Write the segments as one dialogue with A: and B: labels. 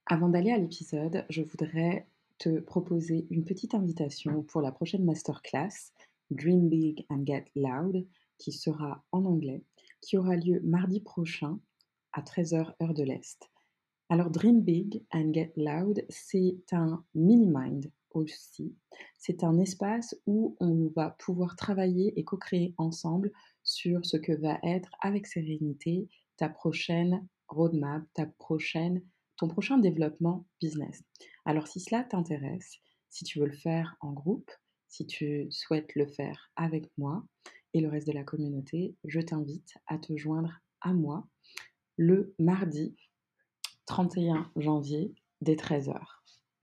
A: Avant d'aller à l'épisode, je voudrais te proposer une petite invitation pour la prochaine masterclass Dream Big and Get Loud, qui sera en anglais, qui aura lieu mardi prochain à 13h heure de l'Est. Alors Dream Big and Get Loud, c'est un mini-mind aussi. C'est un espace où on va pouvoir travailler et co-créer ensemble sur ce que va être avec sérénité ta prochaine roadmap, ton prochain développement business. Alors si cela t'intéresse, si tu veux le faire en groupe, si tu souhaites le faire avec moi et le reste de la communauté, je t'invite à te joindre à moi le mardi 31 janvier dès 13h.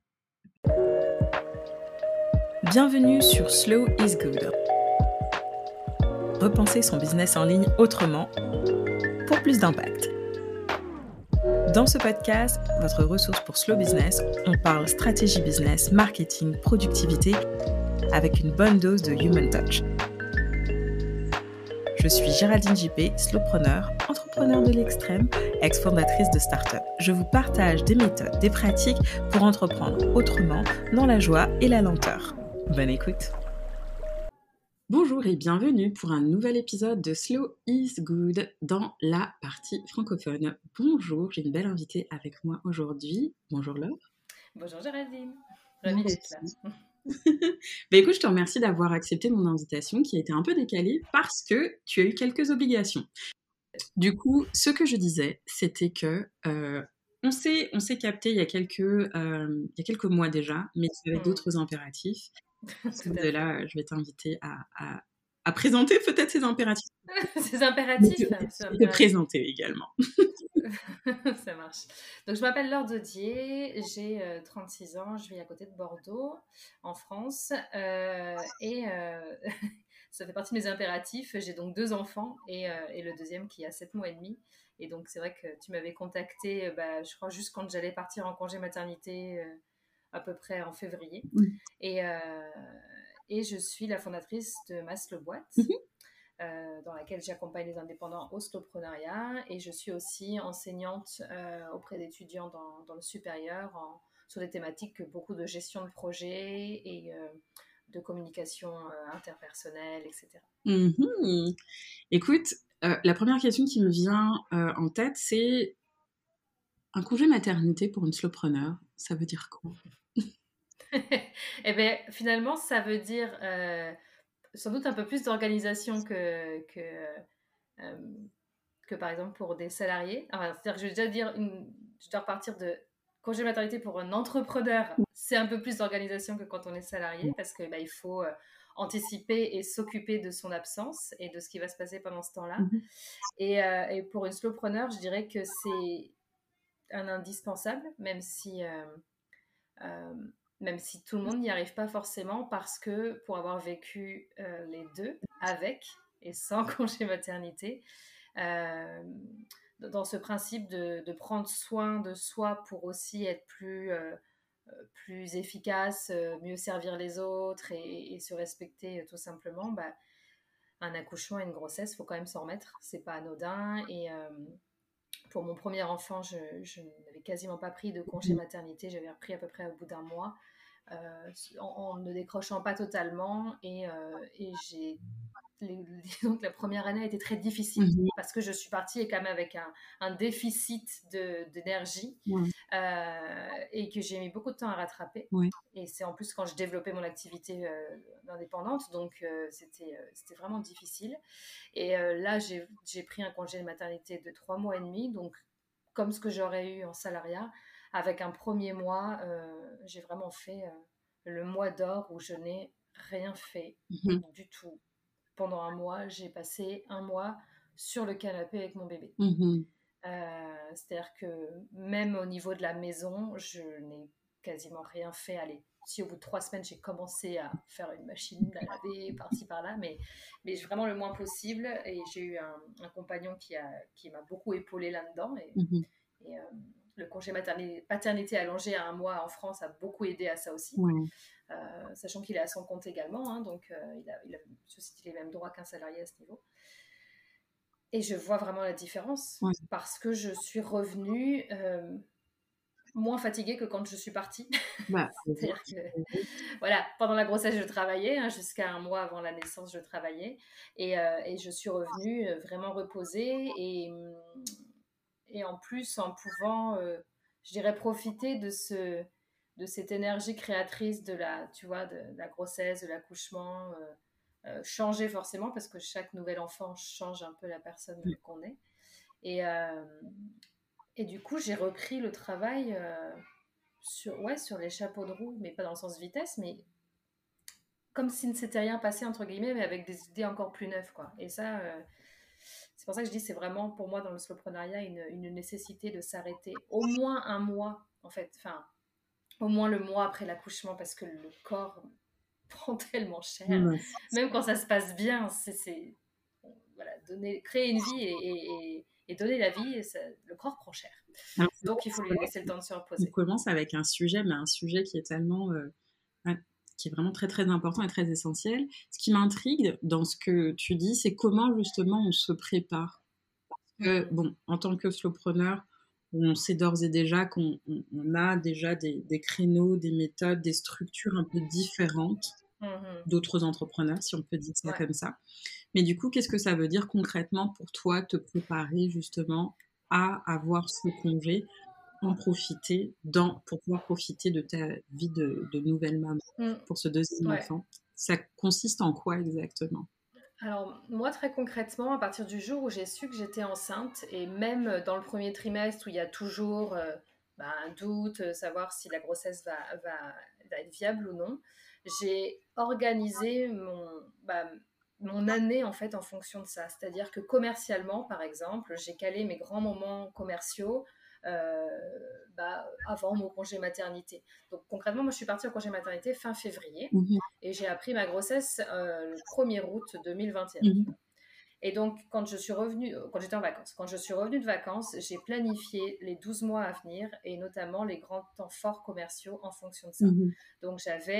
B: Bienvenue sur Slow is Good. Repenser son business en ligne autrement pour plus d'impact. Dans ce podcast, votre ressource pour Slow Business, on parle stratégie business, marketing, productivité avec une bonne dose de human touch. Je suis Géraldine JP, slowpreneur, entrepreneur de l'extrême, ex-fondatrice de start-up. Je vous partage des méthodes, des pratiques pour entreprendre autrement, dans la joie et la lenteur. Bonne écoute.
A: Bonjour et bienvenue pour un nouvel épisode de Slow is Good dans la partie francophone. Bonjour, j'ai une belle invitée avec moi aujourd'hui. Bonjour Laure.
C: Bonjour Géraldine, ravie d'être là.
A: Écoute, je te remercie d'avoir accepté mon invitation qui a été un peu décalée parce que tu as eu quelques obligations. Du coup, ce que je disais, c'était que on s'est capté il y a quelques mois déjà, mais tu avais d'autres impératifs. De là, je vais t'inviter à présenter peut-être ces impératifs.
C: Ces impératifs.
A: Et te présenter également.
C: Ça marche. Donc, je m'appelle Laure Dodier, j'ai 36 ans, je vis à côté de Bordeaux, en France. Ça fait partie de mes impératifs. J'ai donc 2 enfants et le deuxième qui a 7 mois et demi. Et donc, c'est vrai que tu m'avais contacté, je crois, juste quand j'allais partir en congé maternité, à peu près en février. Et je suis la fondatrice de Maslow Boîte, dans laquelle j'accompagne les indépendants au slowpreneuriat. Et je suis aussi enseignante auprès d'étudiants dans le supérieur sur des thématiques beaucoup de gestion de projet et de communication interpersonnelle, etc.
A: Écoute, la première question qui me vient en tête, c'est un congé maternité pour une slowpreneur, ça veut dire quoi?
C: Eh bien, finalement, ça veut dire sans doute un peu plus d'organisation que par exemple pour des salariés. Enfin, c'est-à-dire que je vais déjà dire, je dois repartir de congé maternité pour un entrepreneur. C'est un peu plus d'organisation que quand on est salarié parce que il faut anticiper et s'occuper de son absence et de ce qui va se passer pendant ce temps-là. Et pour une slowpreneur, je dirais que c'est un indispensable, même si tout le monde n'y arrive pas forcément, parce que pour avoir vécu les deux, avec et sans congé maternité, dans ce principe de prendre soin de soi pour aussi être plus efficace, mieux servir les autres et se respecter tout simplement, un accouchement et une grossesse, il faut quand même s'en remettre, c'est pas anodin. Et pour mon premier enfant, je n'avais quasiment pas pris de congé maternité, j'avais repris à peu près au bout d'un mois, en ne décrochant pas totalement. Et disons que la première année a été très difficile parce que je suis partie quand même avec un déficit d'énergie et que j'ai mis beaucoup de temps à rattraper. Et c'est en plus quand je développais mon activité d'indépendante, donc c'était vraiment difficile. Et là, j'ai pris un congé de maternité de 3 mois et demi, donc comme ce que j'aurais eu en salariat, avec un premier mois, j'ai vraiment fait le mois d'or où je n'ai rien fait du tout. Pendant un mois, j'ai passé un mois sur le canapé avec mon bébé. C'est-à-dire que même au niveau de la maison, je n'ai quasiment rien fait. Allez, si au bout de 3 semaines, j'ai commencé à faire une machine à laver par-ci par-là, mais vraiment le moins possible. Et j'ai eu un compagnon qui m'a beaucoup épaulée là-dedans. Et le congé paternité allongé à un mois en France a beaucoup aidé à ça aussi. Sachant qu'il est à son compte également, donc il a les mêmes droits qu'un salarié à ce niveau. Et je vois vraiment la différence parce que je suis revenue moins fatiguée que quand je suis partie.
A: Bah,
C: C'est-à-dire que, voilà, pendant la grossesse, je travaillais, hein, jusqu'à un mois avant la naissance, je travaillais. Et je suis revenue vraiment reposée. Et en plus, en pouvant, je dirais, profiter de cette énergie créatrice tu vois, de la grossesse, de l'accouchement, changer forcément, parce que chaque nouvel enfant change un peu la personne qu'on est. Et, euh, et du coup, j'ai repris le travail sur les chapeaux de roue, mais pas dans le sens vitesse, mais comme s'il ne s'était rien passé, entre guillemets, mais avec des idées encore plus neuves, quoi. Et ça, c'est pour ça que je dis, c'est vraiment pour moi dans le slowpreneuriat une nécessité de s'arrêter au moins un mois, en fait, enfin, au moins le mois après l'accouchement, parce que le corps prend tellement cher.
A: Ouais.
C: Même quand ça se passe bien, voilà, créer une vie et donner la vie, le corps prend cher.
A: Alors,
C: Donc il faut lui laisser le temps de se
A: on
C: reposer.
A: commence avec un sujet, mais un sujet qui est tellement, qui est vraiment très très important et très essentiel. Ce qui m'intrigue dans ce que tu dis, c'est comment justement on se prépare. Bon, en tant que slowpreneur, on sait d'ores et déjà qu'on a déjà des créneaux, des méthodes, des structures un peu différentes d'autres entrepreneurs, si on peut dire ça comme ça. Mais du coup, qu'est-ce que ça veut dire concrètement pour toi te préparer justement à avoir ce congé, pour pouvoir profiter de ta vie de nouvelle maman pour ce deuxième enfant? Ça consiste en quoi exactement?
C: Alors, moi, très concrètement, à partir du jour où j'ai su que j'étais enceinte, et même dans le premier trimestre où il y a toujours un doute, savoir si la grossesse va être viable ou non, j'ai organisé mon année en fait en fonction de ça. C'est-à-dire que commercialement, par exemple, j'ai calé mes grands moments commerciaux euh, avant mon congé maternité. Donc concrètement, moi je suis partie en congé maternité fin février et j'ai appris ma grossesse le 1er août 2021. Et donc, quand j'étais en vacances, quand je suis revenue de vacances, j'ai planifié les 12 mois à venir et notamment les grands temps forts commerciaux en fonction de ça. Donc,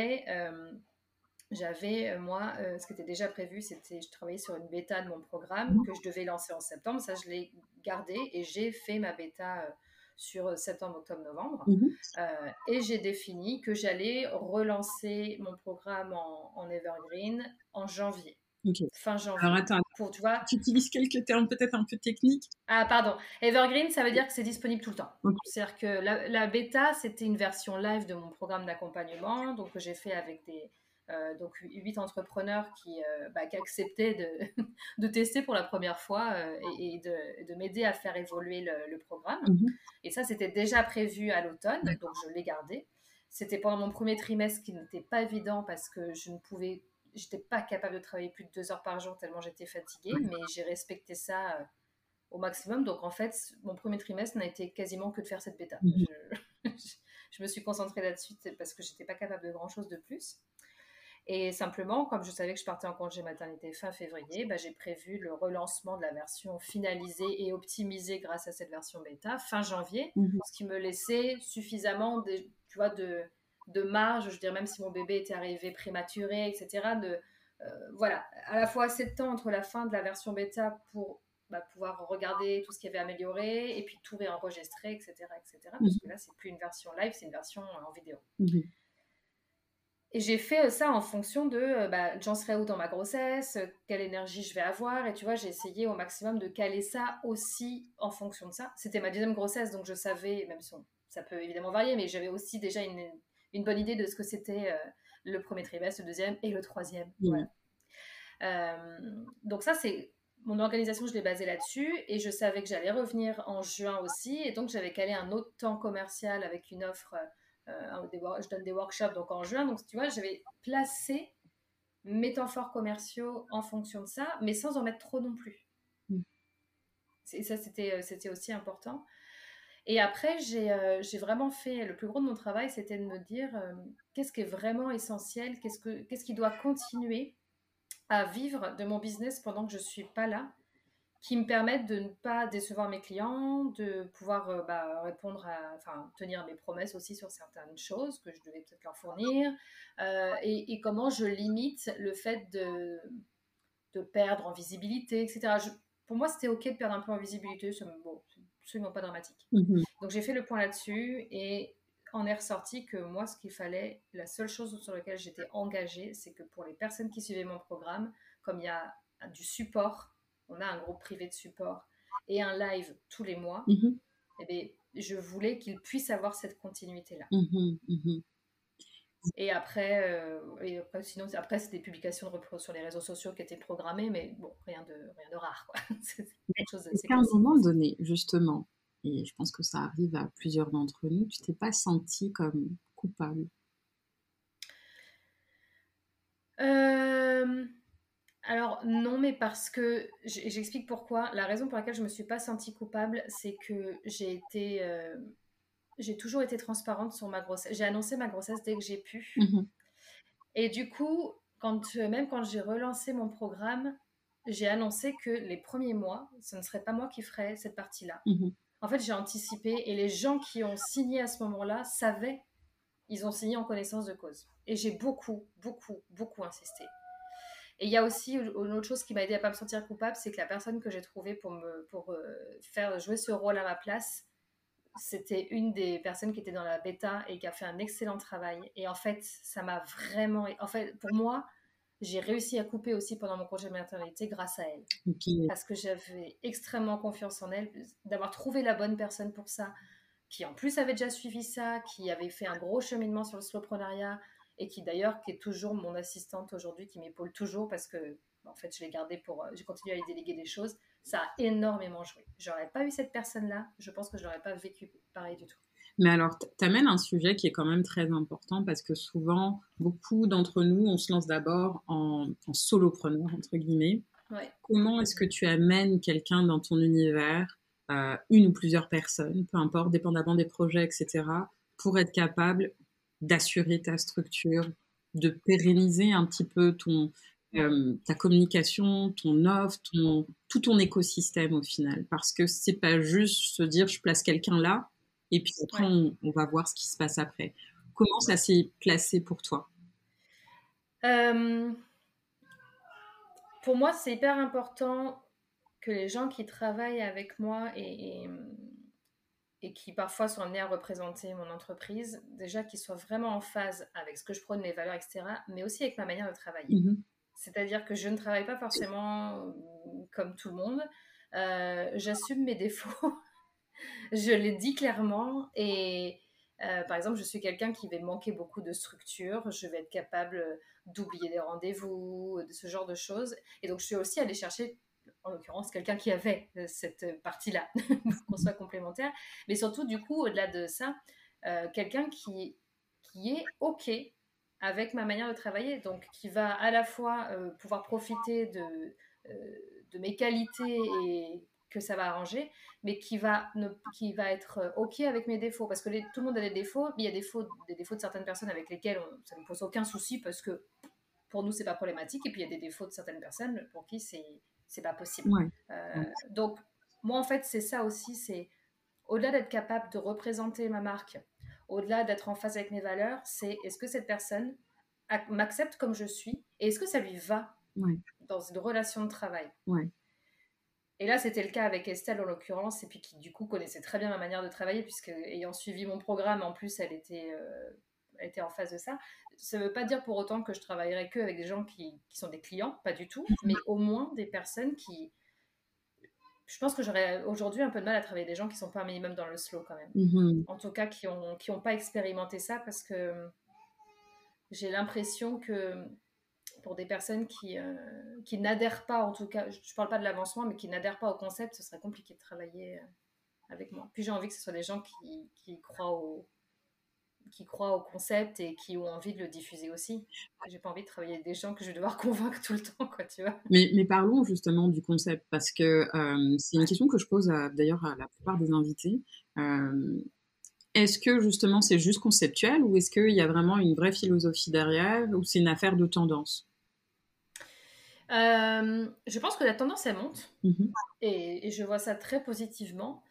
C: moi, ce qui était déjà prévu, je travaillais sur une bêta de mon programme que je devais lancer en septembre. Ça, je l'ai gardé et j'ai fait ma bêta sur septembre, octobre, novembre. Et j'ai défini que j'allais relancer mon programme en evergreen en janvier. Fin janvier.
A: Alors attends, tu utilises quelques termes peut-être un peu techniques.
C: Ah pardon, evergreen, ça veut dire que c'est disponible tout le temps. C'est-à-dire que la bêta, c'était une version live de mon programme d'accompagnement, donc que j'ai fait avec 8 entrepreneurs qui acceptaient de tester pour la première fois et de m'aider à faire évoluer le programme. Et ça, c'était déjà prévu à l'automne, donc je l'ai gardé. C'était pendant mon premier trimestre qui n'était pas évident parce que j'étais pas capable de travailler plus de 2 heures par jour tellement j'étais fatiguée, mais j'ai respecté ça au maximum. Donc en fait, mon premier trimestre n'a été quasiment que de faire cette bêta. Je me suis concentrée là-dessus parce que j'étais pas capable de grand-chose de plus. Et simplement, comme je savais que je partais en congé maternité fin février, j'ai prévu le relancement de la version finalisée et optimisée grâce à cette version bêta fin janvier, ce qui me laissait suffisamment de marge, je dirais, même si mon bébé était arrivé prématuré, etc. Voilà, à la fois assez de temps entre la fin de la version bêta pour pouvoir regarder tout ce qui avait amélioré et puis tout réenregistrer, etc. Parce que là, c'est plus une version live, c'est une version en vidéo. Et j'ai fait ça en fonction de j'en serai où dans ma grossesse, quelle énergie je vais avoir. Et tu vois, j'ai essayé au maximum de caler ça aussi en fonction de ça. C'était ma deuxième grossesse, donc je savais, même si ça peut évidemment varier, mais j'avais aussi déjà une bonne idée de ce que c'était le premier trimestre, le deuxième et le troisième. Voilà. Donc ça, c'est mon organisation, je l'ai basée là-dessus. Et je savais que j'allais revenir en juin aussi. Et donc, j'avais calé un autre temps commercial avec une offre... je donne des workshops donc en juin, donc tu vois, j'avais placé mes temps forts commerciaux en fonction de ça, mais sans en mettre trop non plus. Et ça, c'était aussi important. Et après, j'ai vraiment fait, le plus gros de mon travail, c'était de me dire qu'est-ce qui est vraiment essentiel, qu'est-ce qui doit continuer à vivre de mon business pendant que je ne suis pas là, qui me permettent de ne pas décevoir mes clients, de pouvoir tenir mes promesses aussi sur certaines choses que je devais peut-être leur fournir, et comment je limite le fait de perdre en visibilité, etc. Pour moi, c'était OK de perdre un peu en visibilité, absolument pas dramatique.
A: Mhm.
C: Donc j'ai fait le point là-dessus et en est ressorti que moi, ce qu'il fallait, la seule chose sur laquelle j'étais engagée, c'est que pour les personnes qui suivaient mon programme, comme il y a du support, on a un groupe privé de support et un live tous les mois,
A: Mhm.
C: eh bien, je voulais qu'ils puissent avoir cette continuité-là.
A: Mhm. Mhm.
C: Sinon, après, c'est des publications sur les réseaux sociaux qui étaient programmées, mais bon, rien de rare, quoi. C'est quelque chose
A: Est-ce
C: d'assez
A: qu'à un
C: classique.
A: moment donné, justement, et je pense que ça arrive à plusieurs d'entre nous, tu t'es pas senti comme coupable?
C: Euh, Alors non, mais parce que j'explique pourquoi. La raison pour laquelle je me suis pas sentie coupable, c'est que j'ai toujours été transparente sur ma grossesse. J'ai annoncé ma grossesse dès que j'ai pu.
A: Mhm.
C: Et du coup, même quand j'ai relancé mon programme, j'ai annoncé que les premiers mois, ce ne serait pas moi qui ferais cette partie-là.
A: Mhm.
C: En fait, j'ai anticipé et les gens qui ont signé à ce moment-là savaient, ils ont signé en connaissance de cause. Et j'ai beaucoup, beaucoup, beaucoup insisté. Et il y a aussi une autre chose qui m'a aidé à ne pas me sentir coupable, c'est que la personne que j'ai trouvée pour faire jouer ce rôle à ma place, c'était une des personnes qui était dans la bêta et qui a fait un excellent travail. Et en fait, ça m'a vraiment... En fait, pour moi, j'ai réussi à couper aussi pendant mon congé de maternité grâce à elle.
A: Ok.
C: Parce que j'avais extrêmement confiance en elle, d'avoir trouvé la bonne personne pour ça, qui en plus avait déjà suivi ça, qui avait fait un gros cheminement sur le slowpreneuriat et qui d'ailleurs qui est toujours mon assistante aujourd'hui, qui m'épaule toujours parce que en fait je l'ai gardée j'ai continué à lui déléguer des choses. Ça a énormément joué. J'aurais pas eu cette personne-là, je pense que je n'aurais pas vécu pareil du tout.
A: Mais alors, tu amènes un sujet qui est quand même très important parce que souvent, beaucoup d'entre nous, on se lance d'abord en solopreneur, entre guillemets.
C: Ouais.
A: Comment est-ce que tu amènes quelqu'un dans ton univers, une ou plusieurs personnes, peu importe, dépendamment des projets, etc., pour être capable d'assurer ta structure, de pérenniser un petit peu ta communication, ton offre, tout ton écosystème au final. Parce que c'est pas juste se dire je place quelqu'un là et puis après
C: Ouais.
A: on va voir ce qui se passe après. Comment ça s'est placé pour toi?
C: Pour moi, c'est hyper important que les gens qui travaillent avec moi et qui parfois sont amenés à représenter mon entreprise, déjà qu'ils soient vraiment en phase avec ce que je prône, mes valeurs, etc., mais aussi avec ma manière de travailler.
A: Mm-hmm.
C: C'est-à-dire que je ne travaille pas forcément comme tout le monde. J'assume mes défauts, je les dis clairement et par exemple, je suis quelqu'un qui va manquer beaucoup de structure, je vais être capable d'oublier des rendez-vous, de ce genre de choses. Et donc, je suis aussi allée chercher, en l'occurrence, quelqu'un qui avait cette partie-là, pour qu'on soit complémentaires. Mais surtout, du coup, au-delà de ça, quelqu'un qui est OK avec ma manière de travailler, donc qui va à la fois pouvoir profiter de mes qualités et que ça va arranger, mais qui va être OK avec mes défauts. Parce que tout le monde a des défauts, mais il y a des défauts de certaines personnes avec lesquelles ça ne pose aucun souci parce que pour nous, c'est pas problématique. Et puis, il y a des défauts de certaines personnes pour qui c'est pas possible.
A: Ouais.
C: Donc, moi, en fait, c'est ça aussi. C'est au-delà d'être capable de représenter ma marque, au-delà d'être en phase avec mes valeurs, c'est est-ce que cette personne m'accepte comme je suis et est-ce que ça lui va dans une relation de travail.
A: Ouais.
C: Et là, c'était le cas avec Estelle en l'occurrence, et puis qui du coup connaissait très bien ma manière de travailler, puisque ayant suivi mon programme, en plus, elle était en face de ça. Ça ne veut pas dire pour autant que je travaillerai que avec des gens qui sont des clients, pas du tout, mais au moins des personnes qui... Je pense que j'aurais aujourd'hui un peu de mal à travailler avec des gens qui ne sont pas un minimum dans le slow quand même.
A: Mm-hmm.
C: En tout cas, qui ont pas expérimenté ça, parce que j'ai l'impression que pour des personnes qui n'adhèrent pas, en tout cas, je ne parle pas de l'avancement, mais qui n'adhèrent pas au concept, ce serait compliqué de travailler avec moi. Puis j'ai envie que ce soit des gens qui croient au concept et qui ont envie de le diffuser aussi. J'ai pas envie de travailler avec des gens que je vais devoir convaincre tout le temps, quoi, tu vois.
A: Mais parlons justement du concept, parce que c'est une question que je pose d'ailleurs à la plupart des invités. Est-ce que justement c'est juste conceptuel ou est-ce qu'il y a vraiment une vraie philosophie derrière ou c'est une affaire de tendance?
C: Je pense que la tendance, elle monte.
A: Mm-hmm.
C: Et je vois ça très positivement.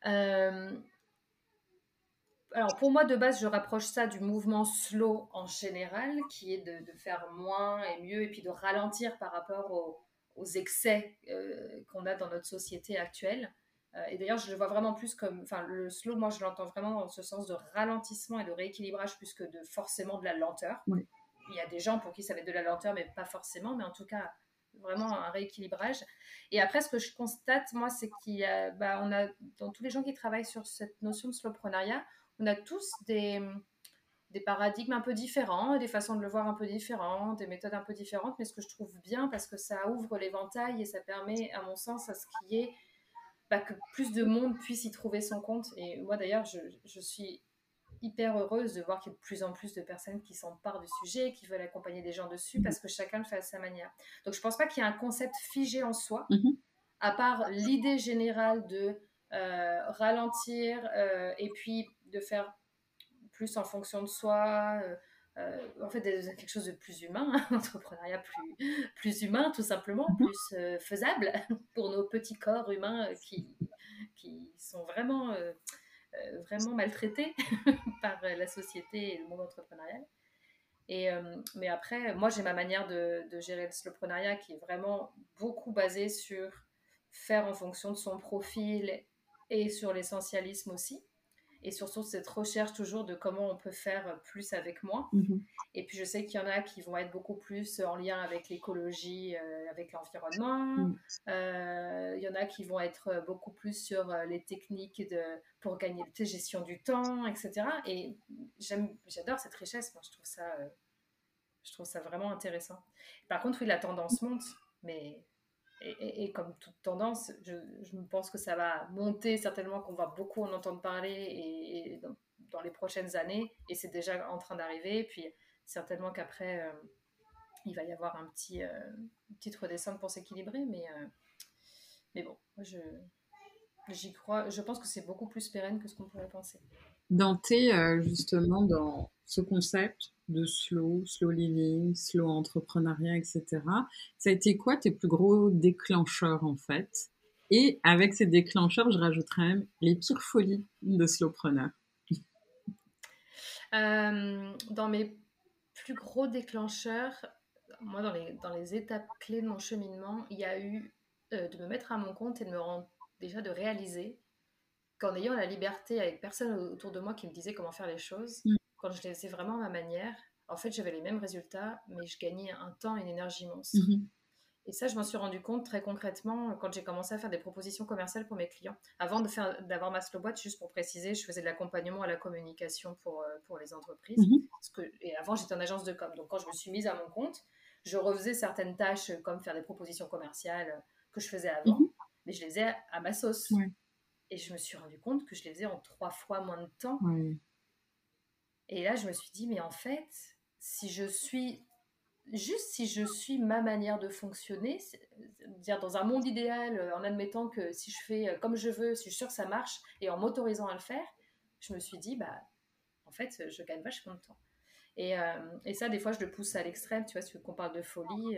C: Alors pour moi, de base, je rapproche ça du mouvement slow en général, qui est de faire moins et mieux, et puis de ralentir par rapport aux excès qu'on a dans notre société actuelle. Et d'ailleurs, je le vois vraiment plus comme... Enfin, le slow, moi, je l'entends vraiment dans ce sens de ralentissement et de rééquilibrage plus que de forcément de la lenteur.
A: Oui.
C: Il y a des gens pour qui ça va être de la lenteur, mais pas forcément. Mais en tout cas, vraiment un rééquilibrage. Et après, ce que je constate, moi, c'est qu'il y a... on a, dans tous les gens qui travaillent sur cette notion de slowprenariat, on a tous des paradigmes un peu différents, des façons de le voir un peu différentes, des méthodes un peu différentes. Mais ce que je trouve bien, parce que ça ouvre l'éventail et ça permet, à mon sens, à ce qu'il y ait que plus de monde puisse y trouver son compte. Et moi, d'ailleurs, je suis hyper heureuse de voir qu'il y a de plus en plus de personnes qui s'emparent du sujet, qui veulent accompagner des gens dessus, parce que chacun le fait à sa manière. Donc, je ne pense pas qu'il y ait un concept figé en soi, à part l'idée générale de ralentir et puis de faire plus en fonction de soi, en fait, quelque chose de plus humain, l'entrepreneuriat plus humain, tout simplement, plus faisable pour nos petits corps humains qui sont vraiment, vraiment maltraités par la société et le monde entrepreneurial. Mais après, moi, j'ai ma manière de gérer le slowpreneuriat qui est vraiment beaucoup basée sur faire en fonction de son profil et sur l'essentialisme aussi. Et surtout cette recherche toujours de comment on peut faire plus avec moins. Et puis je sais qu'il y en a qui vont être beaucoup plus en lien avec l'écologie, avec l'environnement. Il y en a qui vont être beaucoup plus sur les techniques pour gagner la gestion du temps, etc. Et j'adore cette richesse, moi je trouve ça vraiment intéressant. Par contre, oui, la tendance monte, mais... Et comme toute tendance, je pense que ça va monter, certainement qu'on va beaucoup en entendre parler et dans les prochaines années, et c'est déjà en train d'arriver. Puis certainement qu'après, il va y avoir une petite redescente pour s'équilibrer, mais bon, j'y crois. Je pense que c'est beaucoup plus pérenne que ce qu'on pourrait penser.
A: Justement, dans ce concept de slow living, slow entrepreneuriat, etc., ça a été quoi tes plus gros déclencheurs, en fait? Et avec ces déclencheurs, je rajouterais même les pires folies de slowpreneur.
C: Dans mes plus gros déclencheurs, moi, dans les étapes clés de mon cheminement, il y a eu de me mettre à mon compte et de réaliser qu'en ayant la liberté avec personne autour de moi qui me disait comment faire les choses, quand je les faisais vraiment à ma manière, en fait, j'avais les mêmes résultats, mais je gagnais un temps et une énergie monstre. Et ça, je m'en suis rendu compte très concrètement quand j'ai commencé à faire des propositions commerciales pour mes clients. Avant d'avoir ma slow boîte, juste pour préciser, je faisais de l'accompagnement à la communication pour les entreprises. Et avant, j'étais en agence de com. Donc, quand je me suis mise à mon compte, je refaisais certaines tâches comme faire des propositions commerciales que je faisais avant, mais je les faisais à ma sauce. Et je me suis rendu compte que je les faisais en 3 fois moins de temps. Et là, je me suis dit, mais en fait, si je suis ma manière de fonctionner, c'est-à-dire dans un monde idéal, en admettant que si je fais comme je veux, si je suis sûre que ça marche, et en m'autorisant à le faire, je me suis dit, en fait, je gagne vachement de temps. Et ça, des fois, je le pousse à l'extrême, tu vois, si on parle de folie,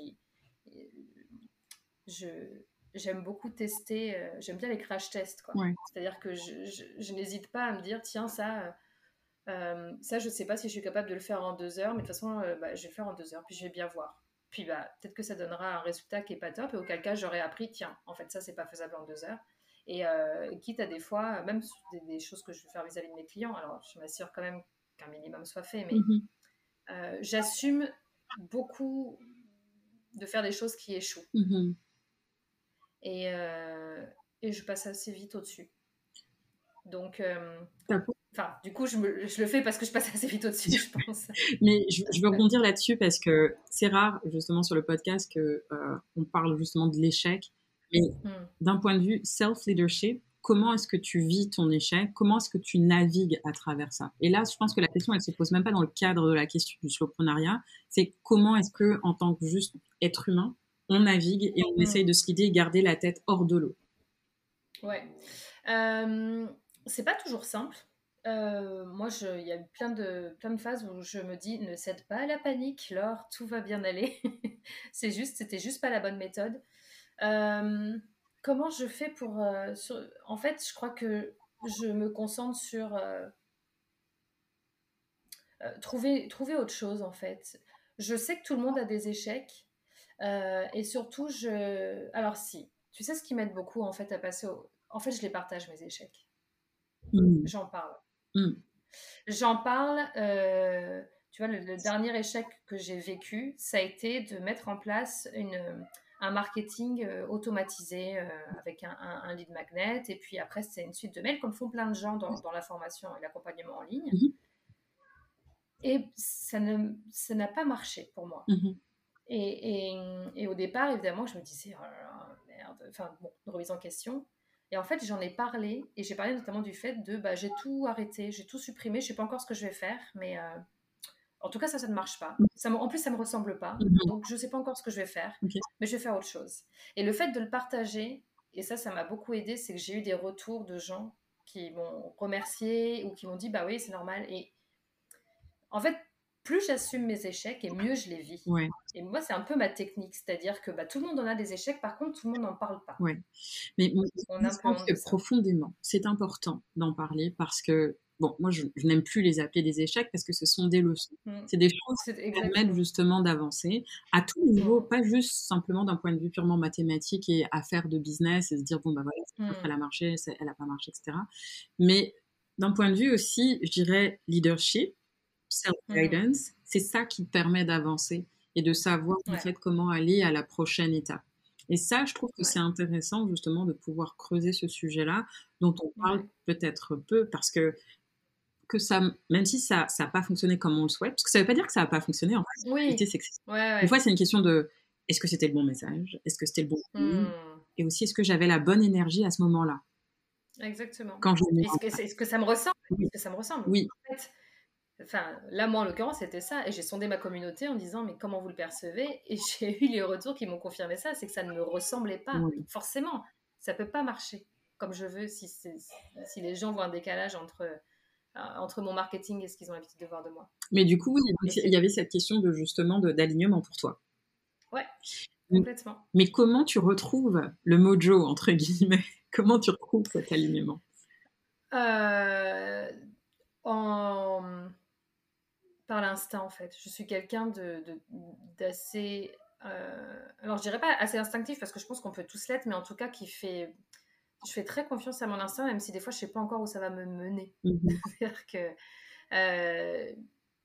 C: j'aime beaucoup tester, j'aime bien les crash tests, quoi. C'est-à-dire que je n'hésite pas à me dire, tiens, ça, je sais pas si je suis capable de le faire en 2 heures, mais de toute façon, je vais le faire en 2 heures, puis je vais bien voir. Puis peut-être que ça donnera un résultat qui est pas top, et auquel cas j'aurais appris, tiens, en fait ça c'est pas faisable en 2 heures. Et quitte à des fois, même sur des choses que je veux faire vis-à-vis de mes clients, alors je m'assure quand même qu'un minimum soit fait, mais j'assume beaucoup de faire des choses qui échouent. Et je passe assez vite au-dessus. Donc... du coup, je le fais parce que je passe assez vite au-dessus, je pense.
A: Mais je veux rebondir là-dessus parce que c'est rare, justement, sur le podcast qu'on parle justement de l'échec. Mais d'un point de vue self-leadership, comment est-ce que tu vis ton échec? Comment est-ce que tu navigues à travers ça? Et là, je pense que la question, elle se pose même pas dans le cadre de la question du slowpreneuriat. C'est comment est-ce que, en tant que juste être humain, on navigue et on essaye de se guider et garder la tête hors de l'eau?
C: Ouais. C'est pas toujours simple. Moi, il y a eu plein de phases où je me dis, ne cède pas à la panique, Laure, tout va bien aller. C'était juste pas la bonne méthode. Comment je fais pour... en fait, je crois que je me concentre sur trouver autre chose, en fait. Je sais que tout le monde a des échecs. Et surtout, alors si, tu sais ce qui m'aide beaucoup, en fait, à passer en fait, je les partage, mes échecs. J'en parle. J'en parle, tu vois, le dernier échec que j'ai vécu, ça a été de mettre en place un marketing automatisé avec un lead magnet. Et puis après, c'est une suite de mails, comme font plein de gens dans la formation et l'accompagnement en ligne. Et ça n'a pas marché pour moi. Et au départ, évidemment, je me disais, oh là là, merde, enfin, bon, une remise en question. Et en fait, j'en ai parlé, et j'ai parlé notamment du fait de, j'ai tout arrêté, j'ai tout supprimé, je ne sais pas encore ce que je vais faire, mais en tout cas, ça ne marche pas. En plus, ça ne me ressemble pas, donc je ne sais pas encore ce que je vais faire, mais je vais faire autre chose. Et le fait de le partager, et ça m'a beaucoup aidé, c'est que j'ai eu des retours de gens qui m'ont remercié ou qui m'ont dit, bah oui, c'est normal. Et en fait, plus j'assume mes échecs et mieux je les vis.
A: Ouais.
C: Et moi, c'est un peu ma technique, c'est-à-dire que tout le monde en a des échecs, par contre, tout le monde n'en parle pas.
A: Ouais. Mais je pense que profondément, c'est important d'en parler parce que, bon, moi, je n'aime plus les appeler des échecs parce que ce sont des leçons. C'est des choses qui permettent justement d'avancer à tous les niveaux, pas juste simplement d'un point de vue purement mathématique et affaire de business et se dire, bon, bah voilà, elle a marché, elle n'a pas marché, etc. Mais d'un point de vue aussi, je dirais, leadership, self-guidance, c'est ça qui te permet d'avancer et de savoir en fait comment aller à la prochaine étape. Et ça, je trouve que c'est intéressant justement de pouvoir creuser ce sujet-là dont on parle peut-être peu parce que ça, même si ça n'a pas fonctionné comme on le souhaite, parce que ça ne veut pas dire que ça n'a pas fonctionné, en fait. La réalité, c'est que des fois, c'est une question de est-ce que c'était le bon message? Est-ce que c'était le bon film? Et aussi, est-ce que j'avais la bonne énergie à ce moment-là?
C: Exactement.
A: Quand
C: est-ce que ça me ressemble? Est-ce que ça me ressemble?
A: Oui.
C: En fait, enfin, là, moi, en l'occurrence, c'était ça. Et j'ai sondé ma communauté en disant, mais comment vous le percevez? Et j'ai eu les retours qui m'ont confirmé ça, c'est que ça ne me ressemblait pas. Forcément, ça ne peut pas marcher comme je veux si les gens voient un décalage entre mon marketing et ce qu'ils ont l'habitude de voir de moi.
A: Mais du coup, il y avait cette question de justement d'alignement pour toi.
C: Ouais, complètement.
A: Mais comment tu retrouves le mojo, entre guillemets? Comment tu retrouves cet alignement?
C: Par l'instinct, en fait. Je suis quelqu'un d'assez... alors, je dirais pas assez instinctif, parce que je pense qu'on peut tous l'être, mais en tout cas, je fais très confiance à mon instinct, même si des fois, je sais pas encore où ça va me mener. C'est-à-dire que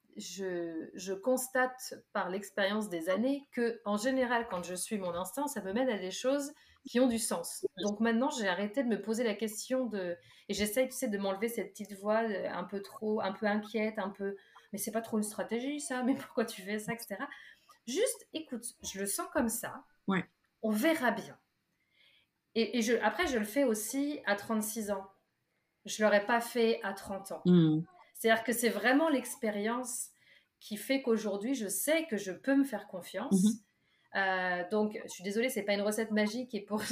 C: je constate par l'expérience des années que, en général, quand je suis mon instinct, ça me mène à des choses qui ont du sens. Donc maintenant, j'ai arrêté de me poser la question et j'essaye, tu sais, de m'enlever cette petite voix un peu inquiète, mais c'est pas trop une stratégie, ça, mais pourquoi tu fais ça, etc. Juste, écoute, je le sens comme ça. On verra bien. Et après, je le fais aussi à 36 ans. Je ne l'aurais pas fait à 30 ans. C'est-à-dire que c'est vraiment l'expérience qui fait qu'aujourd'hui, je sais que je peux me faire confiance. Donc, je suis désolée, c'est pas une recette magique et pour...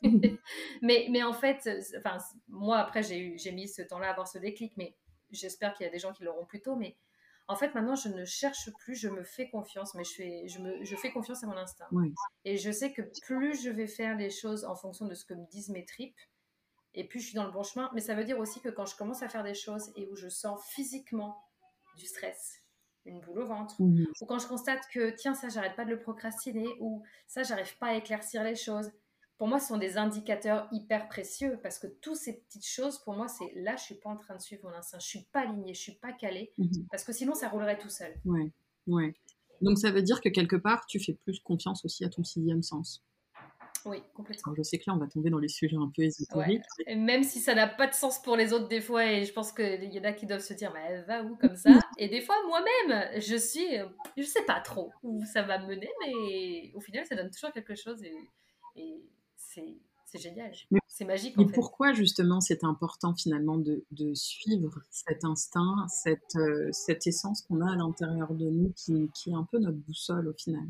C: mais en fait, moi, après, j'ai mis ce temps-là à avoir ce déclic, mais j'espère qu'il y a des gens qui l'auront plus tôt. Mais en fait, maintenant, je ne cherche plus, je me fais confiance, mais je fais confiance à mon instinct. Et je sais que plus je vais faire les choses en fonction de ce que me disent mes tripes, et puis je suis dans le bon chemin. Mais ça veut dire aussi que quand je commence à faire des choses et où je sens physiquement du stress, une boule au ventre, ou quand je constate que tiens, ça, j'arrête pas de le procrastiner, ou ça, j'arrive pas à éclaircir les choses, pour moi, ce sont des indicateurs hyper précieux, parce que toutes ces petites choses, pour moi, c'est là, je suis pas en train de suivre mon instinct, je suis pas alignée, je suis pas calée, parce que sinon, ça roulerait tout seul.
A: Ouais. Donc ça veut dire que quelque part, tu fais plus confiance aussi à ton sixième sens.
C: Oui, complètement.
A: Alors, je sais que là, on va tomber dans les sujets un peu ésotériques.
C: Et même si ça n'a pas de sens pour les autres des fois, et je pense qu'il y en a qui doivent se dire, mais elle va où comme ça? Et des fois, moi-même, je sais pas trop où ça va me mener, mais au final, ça donne toujours quelque chose et c'est génial. C'est magique, en fait.
A: Et pourquoi, justement, c'est important, finalement, de suivre cet instinct, cette essence qu'on a à l'intérieur de nous, qui est un peu notre boussole, au final?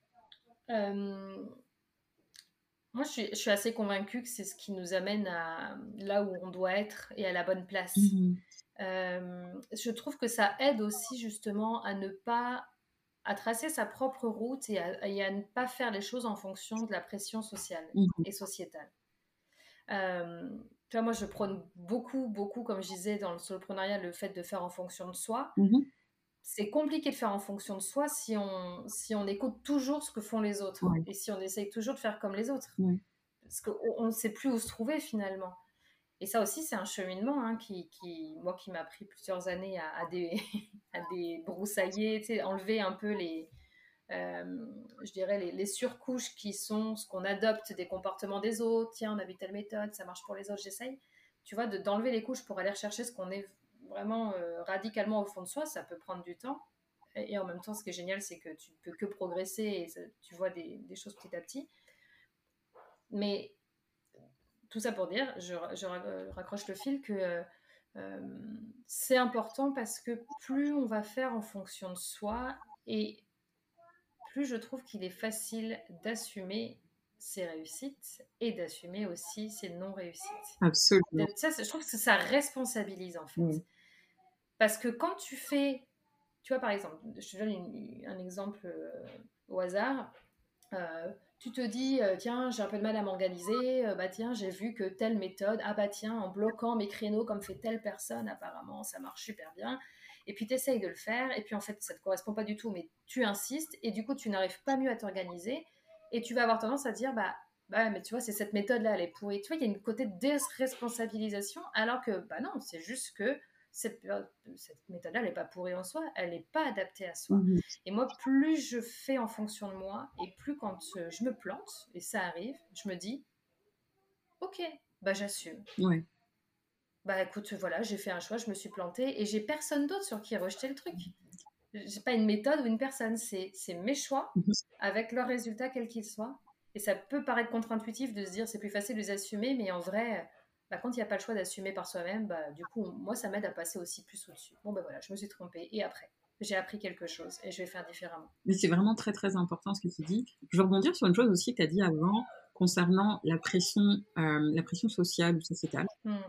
C: Moi, je suis assez convaincue que c'est ce qui nous amène à là où on doit être et à la bonne place. Je trouve que ça aide aussi justement à tracer sa propre route et à ne pas faire les choses en fonction de la pression sociale et sociétale. Tu vois, moi, je prône beaucoup, beaucoup, comme je disais dans le soloprenariat, le fait de faire en fonction de soi. C'est compliqué de faire en fonction de soi si on écoute toujours ce que font les autres et si on essaye toujours de faire comme les autres. Parce qu'on ne sait plus où se trouver finalement. Et ça aussi, c'est un cheminement hein, moi, qui m'a pris plusieurs années à débroussailler, tu sais, enlever un peu je dirais, les surcouches qui sont ce qu'on adopte des comportements des autres. Tiens, on a vu telle méthode, ça marche pour les autres, j'essaye. Tu vois, d'enlever les couches pour aller rechercher ce qu'on est vraiment radicalement au fond de soi, ça peut prendre du temps. Et en même temps, ce qui est génial, c'est que tu ne peux que progresser et tu vois des choses petit à petit. Mais tout ça pour dire, je raccroche le fil que c'est important parce que plus on va faire en fonction de soi et plus je trouve qu'il est facile d'assumer ses réussites et d'assumer aussi ses non-réussites.
A: Absolument.
C: Ça, je trouve que ça responsabilise en fait.
A: Oui.
C: Parce que quand tu fais, tu vois par exemple, je te donne un exemple au hasard, tu te dis, tiens, j'ai un peu de mal à m'organiser, bah tiens, j'ai vu que telle méthode, ah bah tiens, en bloquant mes créneaux comme fait telle personne, apparemment, ça marche super bien. Et puis tu essayes de le faire, et puis en fait, ça ne te correspond pas du tout, mais tu insistes, et du coup, tu n'arrives pas mieux à t'organiser, et tu vas avoir tendance à dire, bah mais tu vois, c'est cette méthode-là, elle est pourrie. Tu vois, il y a une côté de déresponsabilisation, alors que, bah non, c'est juste que cette méthode-là, elle n'est pas pourrie en soi, elle n'est pas adaptée à soi.
A: Mmh.
C: Et moi, plus je fais en fonction de moi, et plus quand je me plante, et ça arrive, je me dis, ok, bah j'assume.
A: Ouais.
C: Bah écoute, voilà, j'ai fait un choix, je me suis plantée, et j'ai personne d'autre sur qui rejeter le truc. J'ai pas une méthode ou une personne, c'est mes choix,
A: Mmh.
C: avec leurs résultats, quels qu'ils soient. Et ça peut paraître contre-intuitif de se dire, c'est plus facile de les assumer, mais en vrai, bah, quand il n'y a pas le choix d'assumer par soi-même, bah, du coup, moi, ça m'aide à passer aussi plus au-dessus. Bon, bah voilà, je me suis trompée, et après j'ai appris quelque chose et je vais faire différemment.
A: Mais c'est vraiment très, très important ce que tu dis. Je veux rebondir sur une chose aussi que tu as dit avant concernant la pression sociale ou sociétale.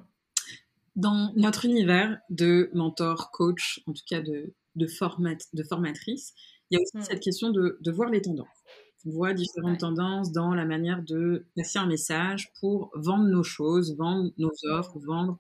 A: Dans notre univers de mentor, coach, en tout cas de formatrice, il y a aussi cette question de voir les tendances. On voit différentes tendances dans la manière de passer un message pour vendre nos choses, vendre nos offres, vendre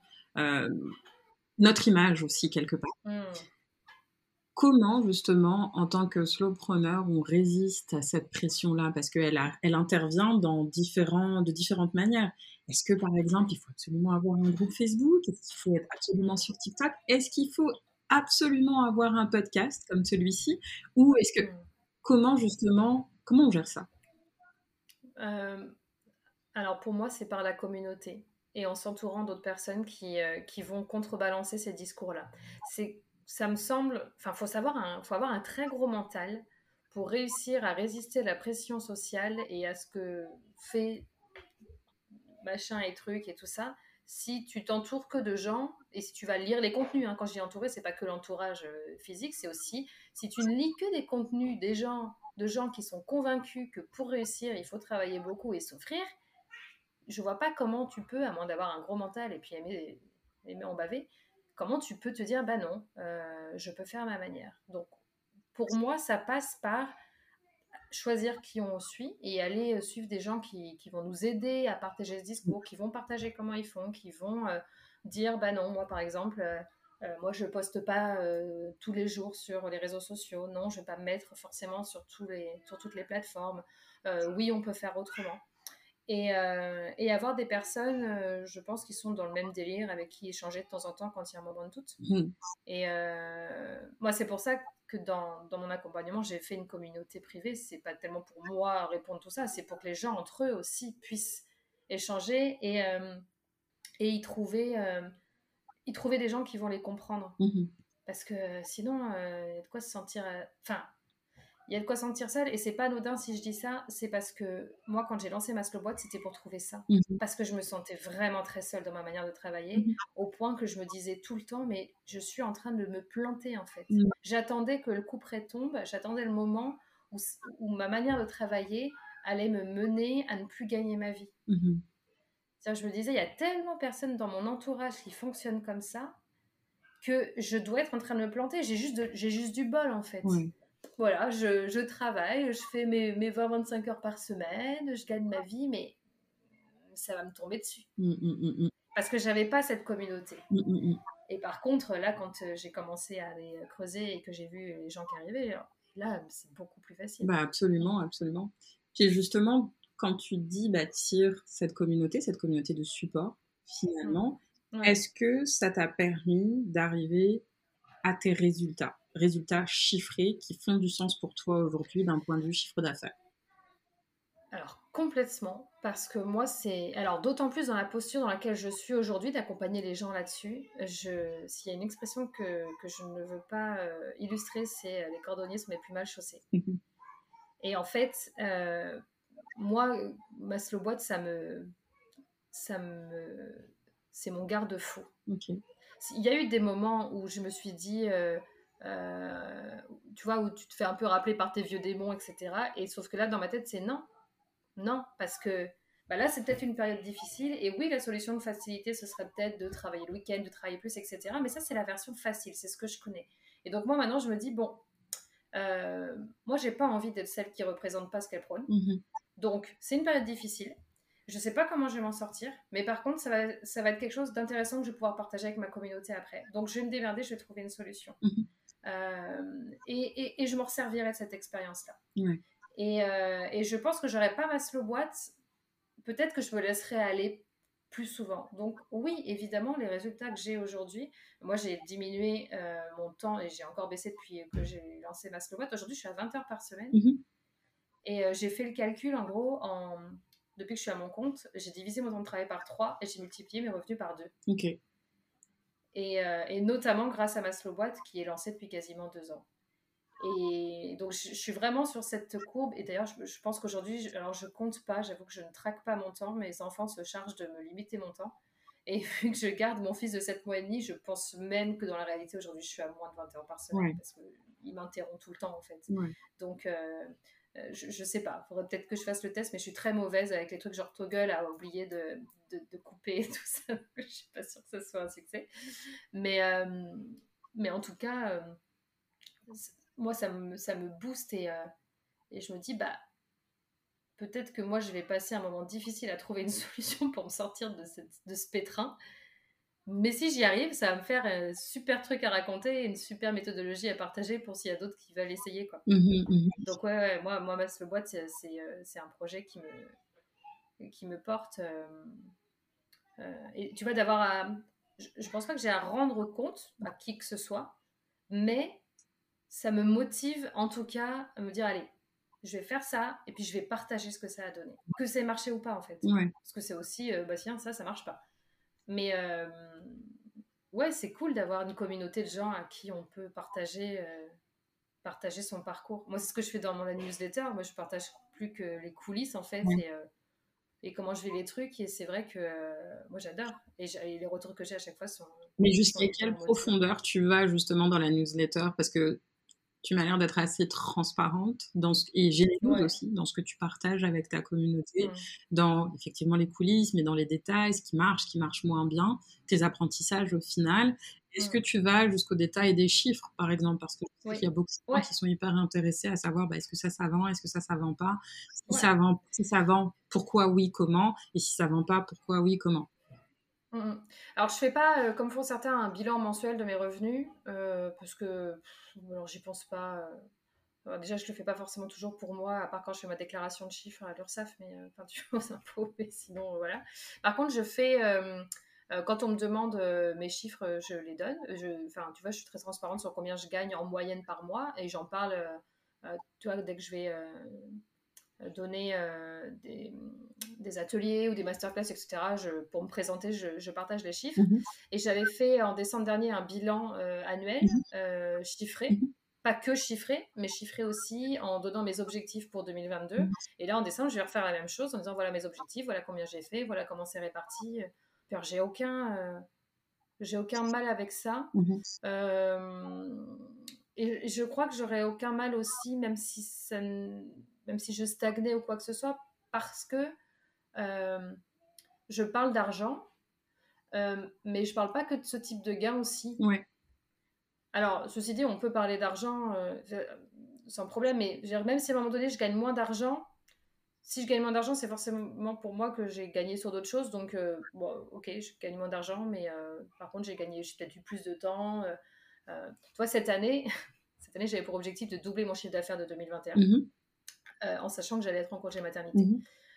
A: notre image aussi quelque part. Comment, justement, en tant que slowpreneur, on résiste à cette pression-là? Parce qu'elle intervient de différentes manières. Est-ce que, par exemple, il faut absolument avoir un groupe Facebook? Est-ce qu'il faut être absolument sur TikTok? Est-ce qu'il faut absolument avoir un podcast comme celui-ci? Ou est-ce que... comment on gère ça?
C: Alors, pour moi, c'est par la communauté et en s'entourant d'autres personnes qui vont contrebalancer ces discours-là. Ça me semble, enfin, faut avoir un très gros mental pour réussir à résister à la pression sociale et à ce que fait machin et truc et tout ça. Si tu t'entoures que de gens, et si tu vas lire les contenus, hein, quand je dis entouré, c'est pas que l'entourage physique, c'est aussi si tu ne lis que des contenus de gens qui sont convaincus que pour réussir, il faut travailler beaucoup et s'offrir, je vois pas comment tu peux, à moins d'avoir un gros mental et puis aimer en baver, comment tu peux te dire, bah non, je peux faire à ma manière. Donc, pour moi, ça passe par choisir qui on suit et aller suivre des gens qui vont nous aider à partager ce discours, qui vont partager comment ils font, qui vont dire, bah non, moi par exemple, moi je poste pas tous les jours sur les réseaux sociaux, non, je vais pas me mettre forcément sur toutes les plateformes. Oui, on peut faire autrement. Et avoir des personnes, je pense, qui sont dans le même délire, avec qui échanger de temps en temps quand il y a un moment de doute. Et moi, c'est pour ça que dans mon accompagnement, j'ai fait une communauté privée. C'est pas tellement pour moi répondre tout ça, c'est pour que les gens entre eux aussi puissent échanger et y trouver des gens qui vont les comprendre. Parce que sinon, il y a de quoi se sentir... Enfin, il y a de quoi sentir seul, et c'est pas anodin si je dis ça, c'est parce que moi, quand j'ai lancé ma slow boîte, c'était pour trouver ça. Parce que je me sentais vraiment très seule dans ma manière de travailler, au point que je me disais tout le temps, mais je suis en train de me planter en fait. J'attendais que le couperet tombe, j'attendais le moment où ma manière de travailler allait me mener à ne plus gagner ma vie. C'est-à-dire, je me disais, il y a tellement de personnes dans mon entourage qui fonctionnent comme ça, que je dois être en train de me planter. J'ai juste du bol en fait. Voilà, je travaille, je fais mes 20-25 heures par semaine, je gagne ma vie, mais ça va me tomber dessus. Parce que j'avais pas cette communauté. Et par contre, là, quand j'ai commencé à aller creuser et que j'ai vu les gens qui arrivaient, là, c'est beaucoup plus facile.
A: Bah absolument, absolument. Puis justement, quand tu dis bâtir cette communauté de support, finalement,
C: Ouais.
A: Est-ce que ça t'a permis d'arriver à tes résultats chiffrés qui font du sens pour toi aujourd'hui d'un point de vue chiffre d'affaires?
C: Alors complètement, parce que moi c'est alors d'autant plus dans la posture dans laquelle je suis aujourd'hui, d'accompagner les gens là-dessus. S'il y a une expression que je ne veux pas illustrer, c'est les cordonniers sont les plus mal chaussés.
A: Mmh.
C: Et en fait, moi, Maslow Boîte, ça me, c'est mon garde-fou.
A: OK.
C: Il y a eu des moments où je me suis dit, euh, tu vois, où tu te fais un peu rappeler par tes vieux démons, etc. Et sauf que là, dans ma tête, c'est non. Non, parce que bah là, c'est peut-être une période difficile. Et oui, la solution de facilité, ce serait peut-être de travailler le week-end, de travailler plus, etc. Mais ça, c'est la version facile, c'est ce que je connais. Et donc, moi, maintenant, je me dis, bon, moi, j'ai pas envie d'être celle qui représente pas ce qu'elle prône.
A: Mmh.
C: Donc, c'est une période difficile. Je sais pas comment je vais m'en sortir, mais par contre, ça va être quelque chose d'intéressant que je vais pouvoir partager avec ma communauté après. Donc, je vais me démerder, je vais trouver une solution.
A: Mmh.
C: Et je m'en servirai de cette expérience-là.
A: Ouais.
C: Et je pense que j'aurais pas ma slow boîte. Peut-être que je me laisserai aller plus souvent. Donc oui, évidemment, les résultats que j'ai aujourd'hui, moi j'ai diminué mon temps et j'ai encore baissé depuis que j'ai lancé ma slow boîte. Aujourd'hui, je suis à 20 heures par semaine.
A: Mmh.
C: Et j'ai fait le calcul, en gros, depuis que je suis à mon compte, j'ai divisé mon temps de travail par 3 et j'ai multiplié mes revenus par 2.
A: OK.
C: Et notamment grâce à ma slow boîte qui est lancée depuis quasiment 2 ans. Et donc, je suis vraiment sur cette courbe. Et d'ailleurs, je pense qu'aujourd'hui, alors je compte pas, j'avoue que je ne traque pas mon temps. Mes enfants se chargent de me limiter mon temps. Et vu que je garde mon fils de 7 mois et demi, je pense même que dans la réalité, aujourd'hui, je suis à moins de 20 heures par semaine.
A: Ouais.
C: Parce qu'il m'interrompt tout le temps, en fait.
A: Ouais.
C: Donc, je sais pas. Il faudrait peut-être que je fasse le test, mais je suis très mauvaise avec les trucs genre toggle à oublier de couper et tout ça. Je suis pas sûre que ce soit un succès. Mais en tout cas, moi, ça me booste et je me dis, bah, peut-être que moi, je vais passer un moment difficile à trouver une solution pour me sortir de ce pétrin. Mais si j'y arrive, ça va me faire un super truc à raconter et une super méthodologie à partager pour s'il y a d'autres qui veulent essayer, quoi.
A: Mmh. Mmh.
C: Donc, ouais, moi ma slow boîte, c'est un projet qui me porte. Et tu vois, d'avoir à. Je pense pas que j'ai à rendre compte à qui que ce soit, mais ça me motive en tout cas à me dire allez, je vais faire ça et puis je vais partager ce que ça a donné. Que ça ait marché ou pas en fait.
A: Ouais.
C: Parce que c'est aussi, bah tiens, ça marche pas. Mais ouais, c'est cool d'avoir une communauté de gens à qui on peut partager son parcours. Moi, c'est ce que je fais dans mon newsletter. Moi, je partage plus que les coulisses en fait
A: Ouais.
C: et comment je vis les trucs. Et c'est vrai que moi, j'adore. Et les retours que j'ai à chaque fois sont
A: Mais
C: sont
A: jusqu'à
C: hyper
A: quelle
C: motivants.
A: profondeur tu vas justement dans la newsletter? Parce que tu m'as l'air d'être assez transparente et généreuse
C: Ouais.
A: aussi dans ce que tu partages avec ta communauté,
C: Mm.
A: dans effectivement les coulisses, mais dans les détails, ce qui marche moins bien, tes apprentissages au final. Est-ce que
C: Mm.
A: tu vas jusqu'au détail des chiffres, par exemple? Parce que je sais qu'il
C: Oui.
A: y a beaucoup de gens
C: Ouais.
A: qui sont hyper intéressés à savoir est-ce que ça vend, est-ce que ça vend pas,
C: Ouais.
A: si ça vend, pourquoi oui, comment, et si ça vend pas, pourquoi oui, comment.
C: Alors, je fais pas, comme font certains, un bilan mensuel de mes revenus, parce que, alors j'y pense pas. Déjà, je le fais pas forcément toujours pour moi, à part quand je fais ma déclaration de chiffres à l'URSSAF, mais enfin, tu vois, aux impôts, mais sinon, voilà. Par contre, je fais, quand on me demande mes chiffres, je les donne. Enfin, tu vois, je suis très transparente sur combien je gagne en moyenne par mois, et j'en parle, tu vois, dès que je vais donner des ateliers ou des masterclass, etc. Pour me présenter, je partage les chiffres.
A: Mmh.
C: Et j'avais fait en décembre dernier un bilan annuel
A: Mmh.
C: chiffré.
A: Mmh.
C: Pas que chiffré, mais chiffré aussi en donnant mes objectifs pour 2022.
A: Mmh.
C: Et là, en décembre, je vais refaire la même chose en disant voilà mes objectifs, voilà combien j'ai fait, voilà comment c'est réparti. Alors, j'ai aucun mal avec ça.
A: Mmh.
C: Euh, et je crois que j'aurais aucun mal aussi, même si je stagnais ou quoi que ce soit, parce que euh, je parle d'argent, mais je parle pas que de ce type de gain aussi.
A: Ouais.
C: Alors, ceci dit, on peut parler d'argent sans problème, mais je veux dire, même si à un moment donné je gagne moins d'argent, si je gagne moins d'argent, c'est forcément pour moi que j'ai gagné sur d'autres choses. Donc, bon, ok, je gagne moins d'argent, mais par contre, j'ai peut-être eu plus de temps. Tu vois, cette année, j'avais pour objectif de doubler mon chiffre d'affaires de 2021,
A: Mmh.
C: en sachant que j'allais être en congé maternité.
A: Mmh.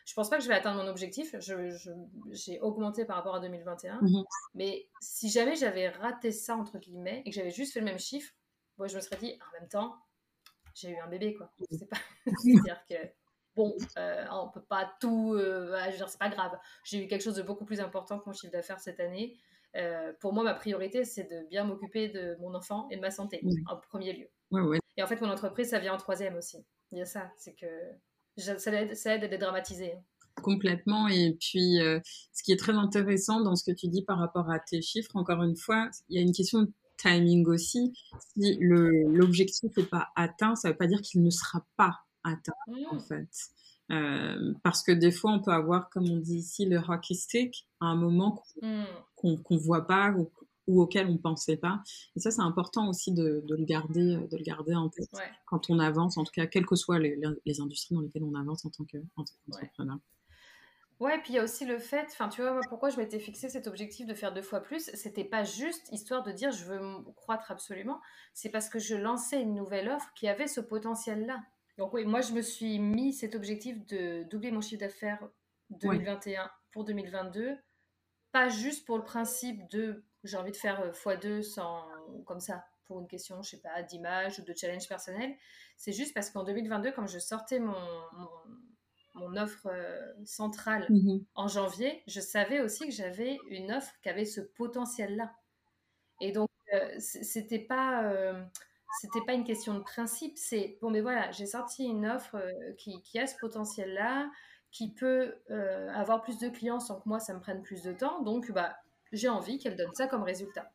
C: je pense pas que je vais atteindre mon objectif. J'ai augmenté par rapport à 2021. Mais si jamais j'avais raté ça, entre guillemets, et que j'avais juste fait le même chiffre, moi, je me serais dit, en même temps, j'ai eu un bébé, quoi. C'est pas... C'est-à-dire que, bon, on peut pas tout... je veux dire, c'est pas grave. J'ai eu quelque chose de beaucoup plus important que mon chiffre d'affaires cette année. Pour moi, ma priorité, c'est de bien m'occuper de mon enfant et de ma santé, en premier lieu. Et en fait, mon entreprise, ça vient en troisième aussi. Il y a ça, c'est que ça aide à dédramatiser.
A: Complètement. Et puis, ce qui est très intéressant dans ce que tu dis par rapport à tes chiffres, encore une fois, il y a une question de timing aussi. Si l'objectif n'est pas atteint, ça ne veut pas dire qu'il ne sera pas atteint, en fait. Parce que des fois, on peut avoir, comme on dit ici, le hockey stick à un moment qu'on ne voit pas ou auquel on ne pensait pas. Et ça, c'est important aussi de le garder en tête quand on avance, en tout cas, quelles que soient les industries dans lesquelles on avance en tant qu'entrepreneur.
C: Ouais, puis il y a aussi le fait, enfin tu vois, moi, pourquoi je m'étais fixé cet objectif de faire 2 fois plus, c'était pas juste histoire de dire je veux croître absolument, c'est parce que je lançais une nouvelle offre qui avait ce potentiel-là. Donc oui, moi je me suis mis cet objectif de doubler mon chiffre d'affaires 2021 pour 2022, pas juste pour le principe de j'ai envie de faire x2 sans, comme ça, pour une question, je sais pas, d'image ou de challenge personnel, c'est juste parce qu'en 2022, quand je sortais mon offre centrale en janvier, je savais aussi que j'avais une offre qui avait ce potentiel-là. Et donc, c'était pas une question de principe, c'est bon, mais voilà, j'ai sorti une offre qui a ce potentiel-là, qui peut avoir plus de clients sans que moi ça me prenne plus de temps, donc bah, j'ai envie qu'elle donne ça comme résultat.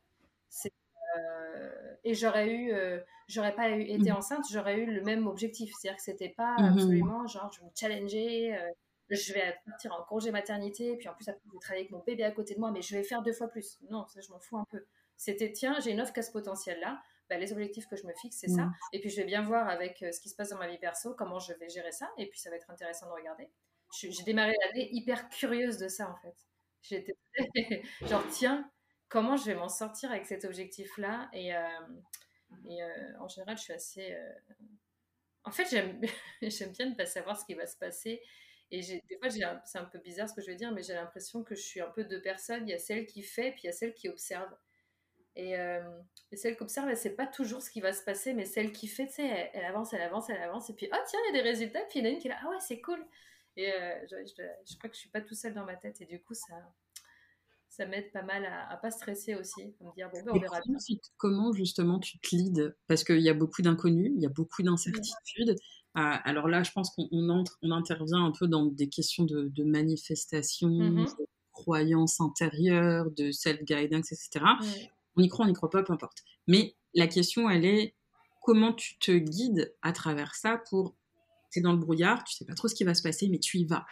C: Et j'aurais pas été enceinte, j'aurais eu le même objectif. C'est-à-dire que c'était pas absolument genre je vais me challenger, je vais partir en congé maternité, puis en plus après, je vais travailler avec mon bébé à côté de moi, mais je vais faire 2 fois plus. Non, ça je m'en fous un peu. C'était tiens, j'ai une offre qui a ce potentiel-là, bah, les objectifs que je me fixe, c'est ça. Et puis je vais bien voir avec ce qui se passe dans ma vie perso, comment je vais gérer ça, et puis ça va être intéressant de regarder. J'ai démarré l'année hyper curieuse de ça en fait. J'étais genre tiens, comment je vais m'en sortir avec cet objectif-là. Et en général, je suis assez... En fait, j'aime bien ne pas savoir ce qui va se passer. Et des fois, c'est un peu bizarre ce que je vais dire, mais j'ai l'impression que je suis un peu deux personnes. Il y a celle qui fait, puis il y a celle qui observe. Et celle qui observe, elle ne sait pas toujours ce qui va se passer, mais celle qui fait, tu sais, elle avance, elle avance, elle avance. Et puis, oh tiens, il y a des résultats. Puis il y en a une qui est là, ah ouais, c'est cool. Et je crois que je ne suis pas tout seul dans ma tête. Et du coup, ça m'aide pas mal à pas stresser aussi, à me dire bon ben on verra bien.
A: Comment justement tu te leads, parce qu'il y a beaucoup d'inconnus, il y a beaucoup d'incertitudes. Alors là, je pense qu'on intervient un peu dans des questions de manifestation, de croyances intérieures, de self-guidance, etc. On y croit pas, peu importe. Mais la question, elle est comment tu te guides à travers ça pour... T'es dans le brouillard, tu sais pas trop ce qui va se passer, mais tu y vas.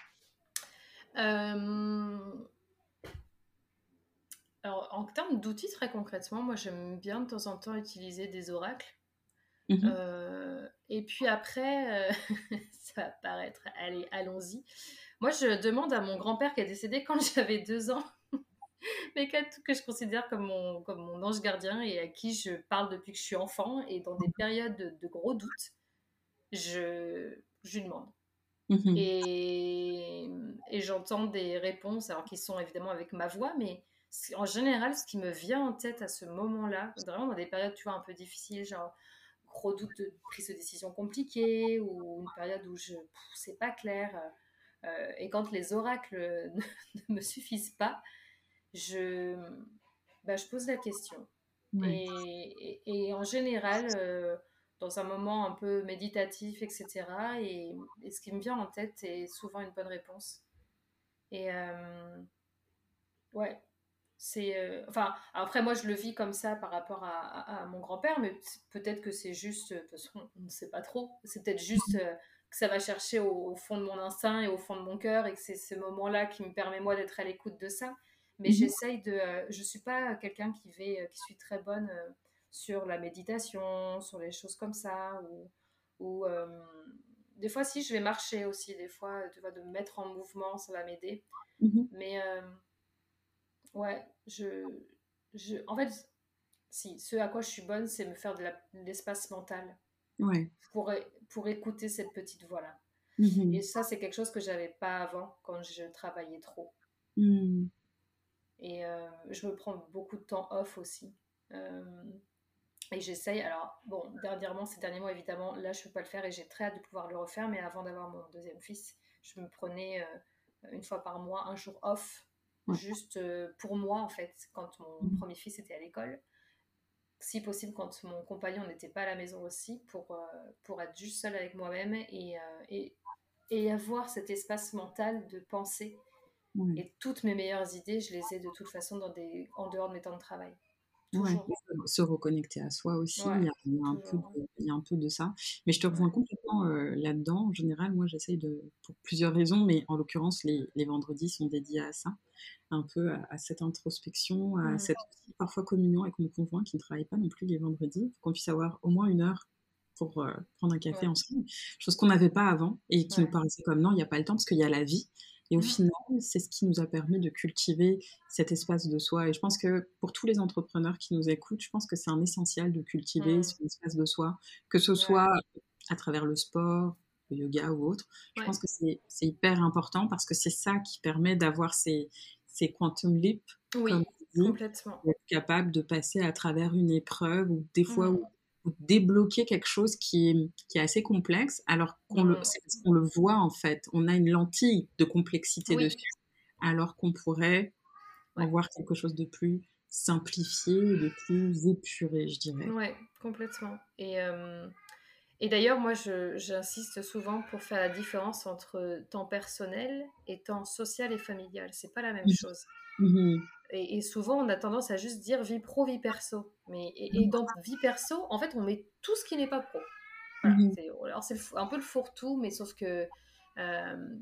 C: Alors, en termes d'outils, très concrètement, moi, j'aime bien de temps en temps utiliser des oracles. Et puis après, ça va paraître, allez, allons-y. Moi, je demande à mon grand-père qui est décédé quand j'avais 2 ans, mais que je considère comme mon ange gardien et à qui je parle depuis que je suis enfant. Et dans des périodes de gros doutes, je lui demande. Et j'entends des réponses, alors qui sont évidemment avec ma voix, mais en général, ce qui me vient en tête à ce moment-là, vraiment dans des périodes, tu vois, un peu difficiles, genre gros doute de prise de décision compliquée ou une période où c'est pas clair, et quand les oracles ne me suffisent pas, je pose la question. Et en général, dans un moment un peu méditatif, etc. Et ce qui me vient en tête est souvent une bonne réponse. Et ouais, c'est... enfin, après, moi, je le vis comme ça par rapport à mon grand-père, mais peut-être que c'est juste... De toute façon, on ne sait pas trop. C'est peut-être juste que ça va chercher au fond de mon instinct et au fond de mon cœur et que c'est ce moment-là qui me permet, moi, d'être à l'écoute de ça. Mais j'essaye de... je ne suis pas quelqu'un qui suis très bonne sur la méditation, sur les choses comme ça, ou des fois, si, je vais marcher aussi. Des fois, tu vois, de me mettre en mouvement, ça va m'aider. Mais... ouais, en fait, si, ce à quoi je suis bonne, c'est me faire de l'espace mental pour écouter cette petite voix-là.
A: Mmh.
C: Et ça, c'est quelque chose que j'avais pas avant quand je travaillais trop.
A: Mmh.
C: Et je me prends beaucoup de temps off aussi. Euh, et j'essaye, alors bon, dernièrement, ces derniers mois, évidemment, là, je peux pas le faire et j'ai très hâte de pouvoir le refaire. Mais avant d'avoir mon deuxième fils, je me prenais une fois par mois un jour off,
A: Ouais.
C: juste pour moi, en fait, quand mon
A: Mmh.
C: premier fils était à l'école. Si possible, quand mon compagnon n'était pas à la maison aussi, pour être juste seule avec moi-même et avoir cet espace mental de penser.
A: Ouais.
C: Et toutes mes meilleures idées, je les ai de toute façon en dehors de mes temps de travail.
A: Ouais,
C: Toujours.
A: se reconnecter à soi aussi,
C: Ouais,
A: il y a un peu
C: toujours.
A: il y a un peu de ça. Mais je te rejoins
C: Ouais.
A: complètement, là-dedans. En général, moi, j'essaye de pour plusieurs raisons, mais en l'occurrence, les vendredis sont dédiés à ça, un peu à cette introspection, à
C: Mm.
A: cette aussi parfois communion avec mon conjoint qui ne travaille pas non plus les vendredis, pour qu'on puisse avoir au moins 1 heure pour, prendre un café
C: Ouais.
A: ensemble, chose qu'on n'avait pas avant et qui nous
C: Ouais.
A: paraissait comme: «Non, il y a pas le temps parce qu'il y a la vie» et au
C: Mm.
A: final, c'est ce qui nous a permis de cultiver cet espace de soi et je pense que pour tous les entrepreneurs qui nous écoutent, je pense que c'est un essentiel de cultiver
C: Mm.
A: son espace de soi, que ce
C: Ouais.
A: soit à travers le sport, le yoga ou autre. Je
C: Ouais.
A: pense que c'est hyper important parce que c'est ça qui permet d'avoir ces quantum leap, comme
C: Oui,
A: tu dis,
C: complètement.
A: d'être capable de passer à travers une épreuve ou des fois
C: Mm.
A: ou débloquer quelque chose qui est assez complexe, alors
C: Mm.
A: c'est parce qu'on le voit en fait. On a une lentille de complexité
C: Oui.
A: dessus, alors qu'on pourrait en
C: Ouais.
A: voir quelque chose de plus simplifié, de plus épuré, je dirais.
C: Ouais, complètement. Et d'ailleurs, moi, j'insiste souvent pour faire la différence entre temps personnel et temps social et familial. C'est pas la même
A: Mhm.
C: chose.
A: Mhm.
C: Et souvent, on a tendance à juste dire vie pro, vie perso. Et dans vie perso, en fait, on met tout ce qui n'est pas pro. Voilà.
A: Mhm.
C: Alors, c'est un peu le fourre-tout, mais sauf que euh,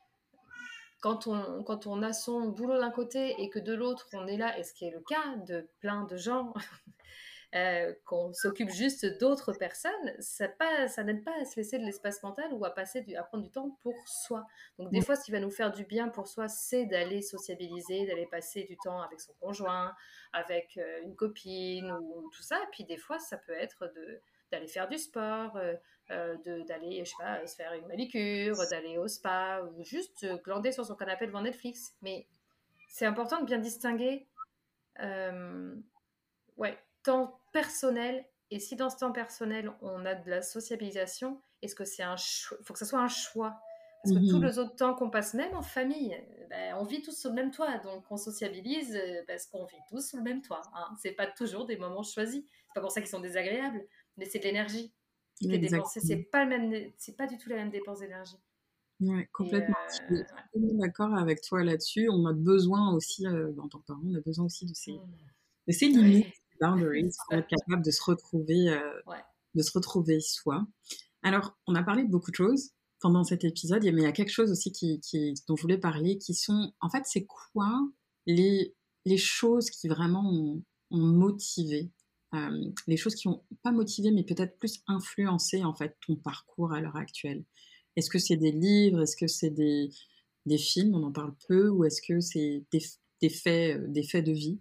C: quand on a son boulot d'un côté et que de l'autre, on est là, et ce qui est le cas de plein de gens, qu'on s'occupe juste d'autres personnes, ça n'aide pas à se laisser de l'espace mental ou à prendre du temps pour soi. Donc des
A: Ouais.
C: fois, ce qui va nous faire du bien pour soi, c'est d'aller sociabiliser, d'aller passer du temps avec son conjoint, avec une copine ou tout ça. Et puis des fois, ça peut être d'aller faire du sport, d'aller, je sais pas, se faire une manicure, d'aller au spa ou juste glander sur son canapé devant Netflix. Mais c'est important de bien distinguer euh, ouais, temps personnel. Et si dans ce temps personnel, on a de la sociabilisation, est-ce que c'est un choix? Il faut que ce soit un choix. Parce que tous
A: Mhm.
C: les autres temps qu'on passe, même en famille, ben, on vit tous sous le même toit. Donc on sociabilise parce qu'on vit tous sous le même toit. Hein. C'est pas toujours des moments choisis. C'est pas pour ça qu'ils sont désagréables, mais c'est de l'énergie qui est dépensée.
A: Exactement.
C: C'est pas du tout la même dépense d'énergie.
A: Ouais,
C: Et
A: complètement. Je suis
C: ouais.
A: totalement d'accord avec toi là-dessus. On a besoin aussi, en tant que parents, on a besoin aussi de ces limites,
C: Ouais.
A: boundaries, pour être capable
C: Ouais.
A: de se retrouver soi. Alors, on a parlé de beaucoup de choses pendant cet épisode, mais il y a quelque chose aussi dont je voulais parler, qui sont, en fait, c'est quoi les, les choses qui vraiment ont motivé, les choses qui ont pas motivé, mais peut-être plus influencé, en fait, ton parcours à l'heure actuelle. Est-ce que c'est des livres? Est-ce que c'est des films? On en parle peu. Ou est-ce que c'est des faits de vie?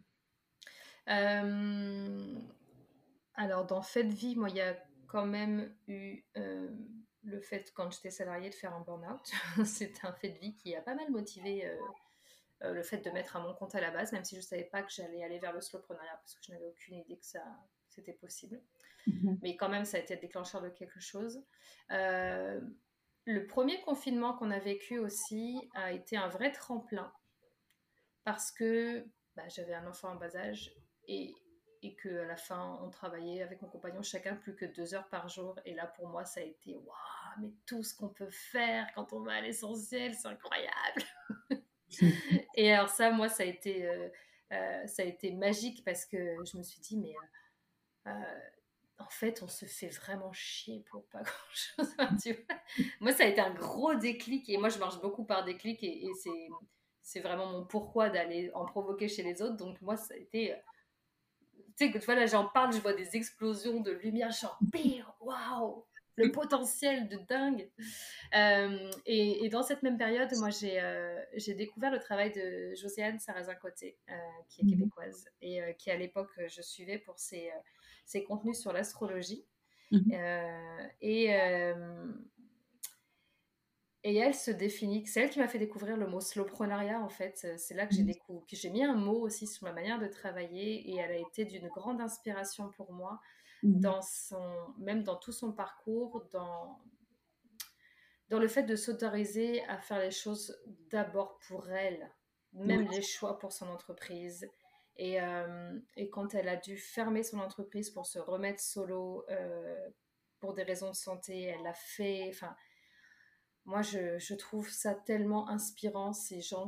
C: Euh, Alors, dans fait de vie, moi, il y a quand même eu le fait, quand j'étais salariée, de faire un burn-out. C'est un fait de vie qui a pas mal motivé le fait de mettre à mon compte à la base, même si je ne savais pas que j'allais aller vers le slowpreneuriat, parce que je n'avais aucune idée que c'était possible.
A: Mhm.
C: Mais quand même, ça a été le déclencheur de quelque chose. Euh, le premier confinement qu'on a vécu aussi a été un vrai tremplin, parce que j'avais un enfant en bas âge et, et qu'à la fin, on travaillait avec mon compagnon chacun plus que 2 heures par jour. Et là, pour moi, ça a été waouh, mais tout ce qu'on peut faire quand on va à l'essentiel, c'est incroyable. Et alors, ça, moi, ça a été magique parce que je me suis dit, mais en fait, on se fait vraiment chier pour pas grand-chose. Tu vois. Moi, ça a été un gros déclic. Et moi, je marche beaucoup par déclic. Et c'est vraiment mon pourquoi d'aller en provoquer chez les autres. Donc, moi, ça a été. Tu sais, que tu vois, là, j'en parle, je vois des explosions de lumière. Genre, bim, waouh! Le potentiel de dingue. Et dans cette même période, moi, j'ai découvert le travail de Josiane Sarrazin-Côté, qui est
A: Mhm.
C: québécoise et qui, à l'époque, je suivais pour ses contenus sur l'astrologie.
A: Mhm.
C: Euh, et, euh, Et elle se définit, c'est elle qui m'a fait découvrir le mot slowprenariat en fait. C'est là que que j'ai mis un mot aussi sur ma manière de travailler et elle a été d'une grande inspiration pour moi même dans tout son parcours, dans le fait de s'autoriser à faire les choses d'abord pour elle, même les choix pour son entreprise. Et quand elle a dû fermer son entreprise pour se remettre solo pour des raisons de santé, elle l'a fait. Enfin, moi, je trouve ça tellement inspirant, ces gens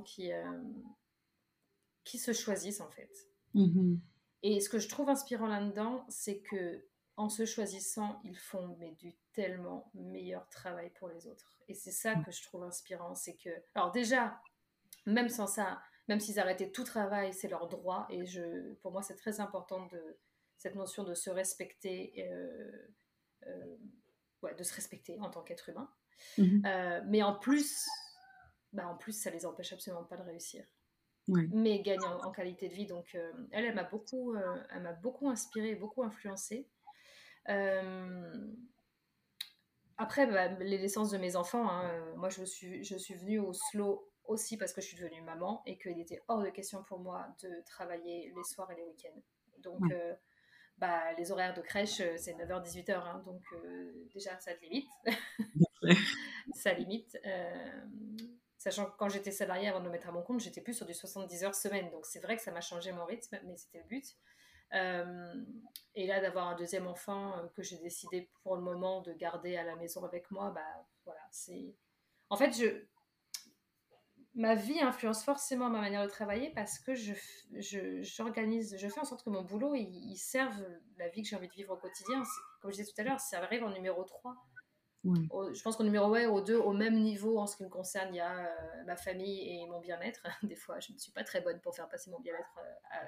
C: qui se choisissent en fait. Et ce que je trouve inspirant là-dedans, c'est que en se choisissant, ils font du tellement meilleur travail pour les autres. Et c'est ça que je trouve inspirant, c'est que, alors déjà, même sans ça, même s'ils arrêtaient tout travail, c'est leur droit. Et pour moi, c'est très important cette notion de se respecter, de se respecter en tant qu'être humain. Mais en plus, ça les empêche absolument pas de réussir. Mais gagne en qualité de vie. Donc, elle m'a beaucoup inspirée, beaucoup influencée. Après, les naissances de mes enfants, moi, je suis venue au slow aussi parce que je suis devenue maman et qu'il était hors de question pour moi de travailler les soirs et les week-ends. Donc, les horaires de crèche, c'est 9h, 18h. Hein, donc, déjà, ça te limite. Ça limite. Sachant que quand j'étais salariée avant de me mettre à mon compte, j'étais plus sur du 70 heures semaine. Donc, c'est vrai que ça m'a changé mon rythme, mais c'était le but. Et là, d'avoir un deuxième enfant que j'ai décidé pour le moment de garder à la maison avec moi, voilà, c'est... En fait, ma vie influence forcément ma manière de travailler parce que je fais en sorte que mon boulot, il serve la vie que j'ai envie de vivre au quotidien. Comme je disais tout à l'heure, ça arrive en numéro 3. Je pense qu'au numéro 1 et au 2, au même niveau en ce qui me concerne, il y a ma famille et mon bien-être. Des fois, je ne suis pas très bonne pour faire passer mon bien-être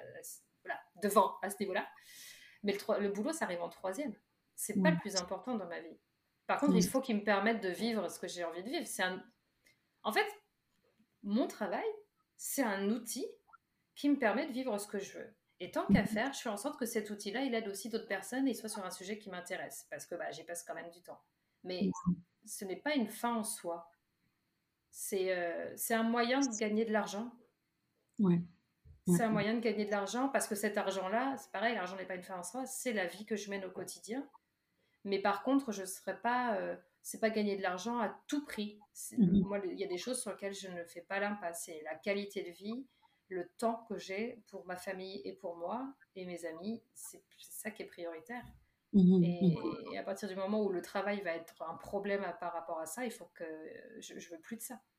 C: devant à ce niveau-là. Mais le boulot, ça arrive en 3e. C'est pas le plus important dans ma vie. Par contre, il faut qu'il me permette de vivre ce que j'ai envie de vivre. En fait, mon travail, c'est un outil qui me permet de vivre ce que je veux. Et tant qu'à faire, je fais en sorte que cet outil-là, il aide aussi d'autres personnes et soit sur un sujet qui m'intéresse. Parce que j'y passe quand même du temps. Mais ce n'est pas une fin en soi. C'est un moyen de gagner de l'argent. C'est un moyen de gagner de l'argent parce que cet argent-là, c'est pareil, l'argent n'est pas une fin en soi, c'est la vie que je mène au quotidien. Mais par contre, je serais pas... c'est pas gagner de l'argent à tout prix. Moi, il y a des choses sur lesquelles je ne fais pas l'impasse. C'est la qualité de vie, le temps que j'ai pour ma famille et pour moi et mes amis. C'est ça qui est prioritaire. Et à partir du moment où le travail va être un problème par rapport à ça, il faut que je veux plus de ça.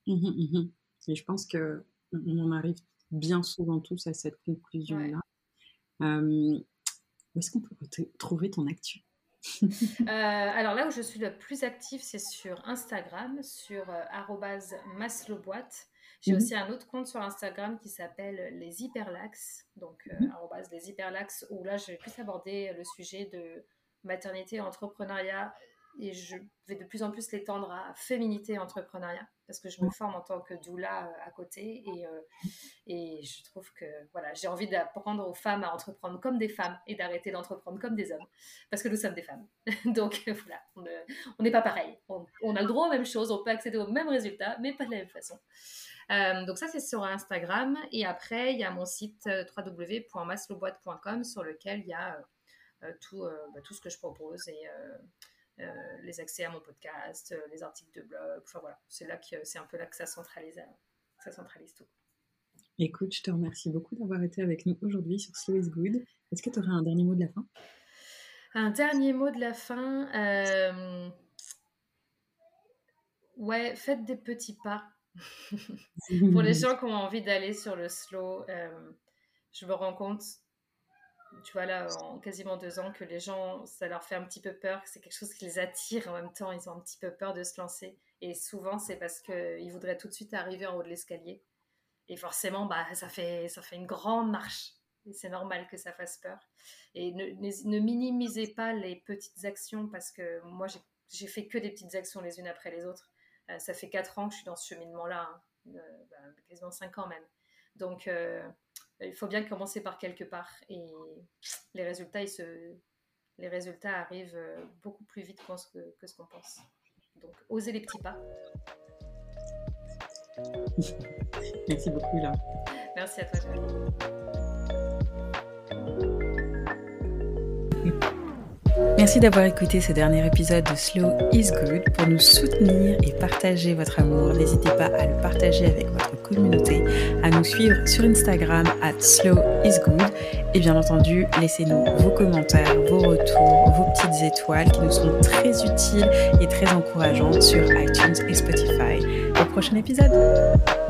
A: Et je pense qu'on en arrive bien souvent tous à cette conclusion-là. Où est-ce qu'on peut trouver ton actu?
C: Alors là où je suis la plus active, c'est sur Instagram, sur @maslowboîte. J'ai aussi un autre compte sur Instagram qui s'appelle Les Hyperlax, donc Les Hyperlax, où là, je vais plus aborder le sujet de maternité, entrepreneuriat, et je vais de plus en plus l'étendre à féminité et entrepreneuriat, parce que je me forme en tant que doula à côté, et je trouve que voilà, j'ai envie d'apprendre aux femmes à entreprendre comme des femmes et d'arrêter d'entreprendre comme des hommes, parce que nous sommes des femmes. Donc voilà, on n'est pas pareil. On a le droit aux mêmes choses, on peut accéder aux mêmes résultats, mais pas de la même façon. Donc ça, c'est sur Instagram. Et après, il y a mon site www.maslowboîte.com sur lequel il y a tout ce que je propose et les accès à mon podcast, les articles de blog. Enfin voilà, c'est un peu là que ça centralise tout.
A: Écoute, je te remercie beaucoup d'avoir été avec nous aujourd'hui sur Slow is Good. Est-ce que tu aurais un dernier mot de la fin?
C: Un dernier mot de la fin. Ouais, faites des petits pas. Pour les gens qui ont envie d'aller sur le slow, je me rends compte, tu vois là, en quasiment 2 ans, que les gens, ça leur fait un petit peu peur, que c'est quelque chose qui les attire en même temps, ils ont un petit peu peur de se lancer. Et souvent, c'est parce qu'ils voudraient tout de suite arriver en haut de l'escalier. Et forcément, ça fait une grande marche. Et c'est normal que ça fasse peur. Et ne minimisez pas les petites actions, parce que moi, j'ai fait que des petites actions les unes après les autres. Ça fait 4 ans que je suis dans ce cheminement-là, quasiment 5 ans même. Donc, il faut bien commencer par quelque part. Et les résultats arrivent beaucoup plus vite que ce qu'on pense. Donc, osez les petits pas.
A: Merci beaucoup, Laure.
C: Merci à toi, Joël.
B: Merci d'avoir écouté ce dernier épisode de Slow is Good. Pour nous soutenir et partager votre amour, n'hésitez pas à le partager avec votre communauté, à nous suivre sur Instagram @slowisgood et bien entendu, laissez-nous vos commentaires, vos retours, vos petites étoiles qui nous sont très utiles et très encourageantes sur iTunes et Spotify. Au prochain épisode.